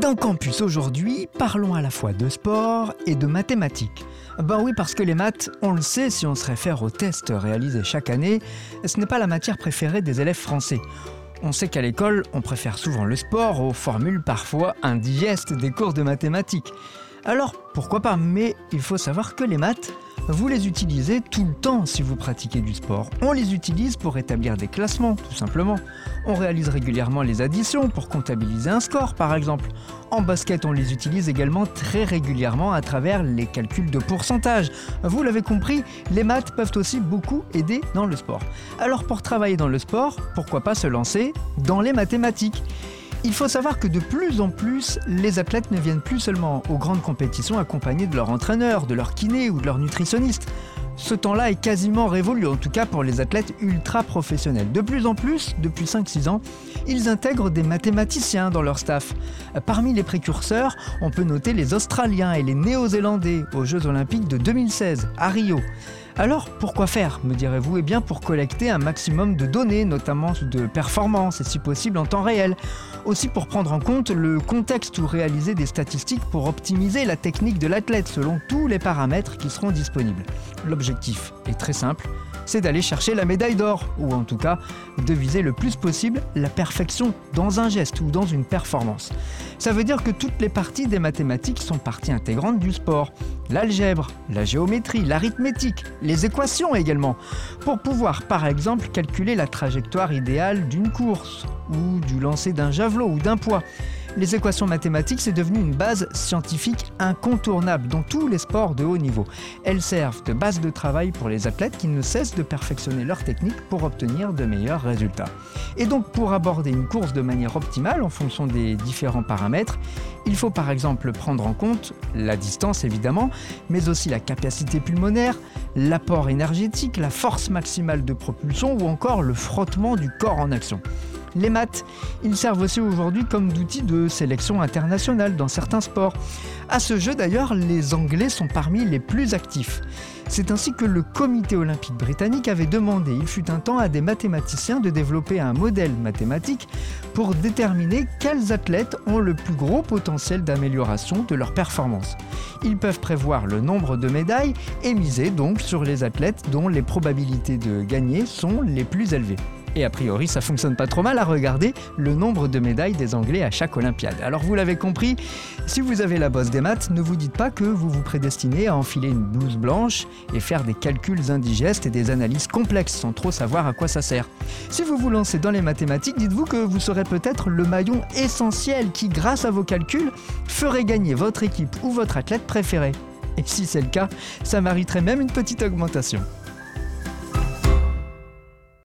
Dans Campus aujourd'hui, parlons à la fois de sport et de mathématiques. Ben oui, parce que les maths, on le sait si on se réfère aux tests réalisés chaque année, ce n'est pas la matière préférée des élèves français. On sait qu'à l'école, on préfère souvent le sport aux formules parfois indigestes des cours de mathématiques. Alors, pourquoi pas, mais il faut savoir que les maths, vous les utilisez tout le temps si vous pratiquez du sport. On les utilise pour établir des classements, tout simplement. On réalise régulièrement les additions pour comptabiliser un score, par exemple. En basket, on les utilise également très régulièrement à travers les calculs de pourcentage. Vous l'avez compris, les maths peuvent aussi beaucoup aider dans le sport. Alors pour travailler dans le sport, pourquoi pas se lancer dans les mathématiques ? Il faut savoir que de plus en plus, les athlètes ne viennent plus seulement aux grandes compétitions accompagnés de leur entraîneur, de leur kiné ou de leur nutritionniste. Ce temps-là est quasiment révolu, en tout cas pour les athlètes ultra professionnels. De plus en plus, depuis 5-6 ans, ils intègrent des mathématiciens dans leur staff. Parmi les précurseurs, on peut noter les Australiens et les Néo-Zélandais aux Jeux Olympiques de 2016 à Rio. Alors, pourquoi faire, me direz-vous ? Eh bien, pour collecter un maximum de données, notamment de performance et si possible en temps réel. Aussi pour prendre en compte le contexte ou réaliser des statistiques pour optimiser la technique de l'athlète selon tous les paramètres qui seront disponibles. L'objectif est très simple, c'est d'aller chercher la médaille d'or, ou en tout cas de viser le plus possible la perfection dans un geste ou dans une performance. Ça veut dire que toutes les parties des mathématiques sont partie intégrante du sport. L'algèbre, la géométrie, l'arithmétique, les équations également, pour pouvoir par exemple calculer la trajectoire idéale d'une course, ou du lancer d'un javelot ou d'un poids. Les équations mathématiques, c'est devenu une base scientifique incontournable dans tous les sports de haut niveau. Elles servent de base de travail pour les athlètes qui ne cessent de perfectionner leur technique pour obtenir de meilleurs résultats. Et donc, pour aborder une course de manière optimale en fonction des différents paramètres, il faut par exemple prendre en compte la distance évidemment, mais aussi la capacité pulmonaire, l'apport énergétique, la force maximale de propulsion ou encore le frottement du corps en action. Les maths, ils servent aussi aujourd'hui comme d'outils de sélection internationale dans certains sports. À ce jeu d'ailleurs, les Anglais sont parmi les plus actifs. C'est ainsi que le Comité olympique britannique avait demandé, il fut un temps, à des mathématiciens de développer un modèle mathématique pour déterminer quels athlètes ont le plus gros potentiel d'amélioration de leur performance. Ils peuvent prévoir le nombre de médailles et miser donc sur les athlètes dont les probabilités de gagner sont les plus élevées. Et a priori, ça fonctionne pas trop mal à regarder le nombre de médailles des Anglais à chaque Olympiade. Alors vous l'avez compris, si vous avez la bosse des maths, ne vous dites pas que vous vous prédestinez à enfiler une blouse blanche et faire des calculs indigestes et des analyses complexes sans trop savoir à quoi ça sert. Si vous vous lancez dans les mathématiques, dites-vous que vous serez peut-être le maillon essentiel qui, grâce à vos calculs, ferait gagner votre équipe ou votre athlète préféré. Et si c'est le cas, ça mériterait même une petite augmentation.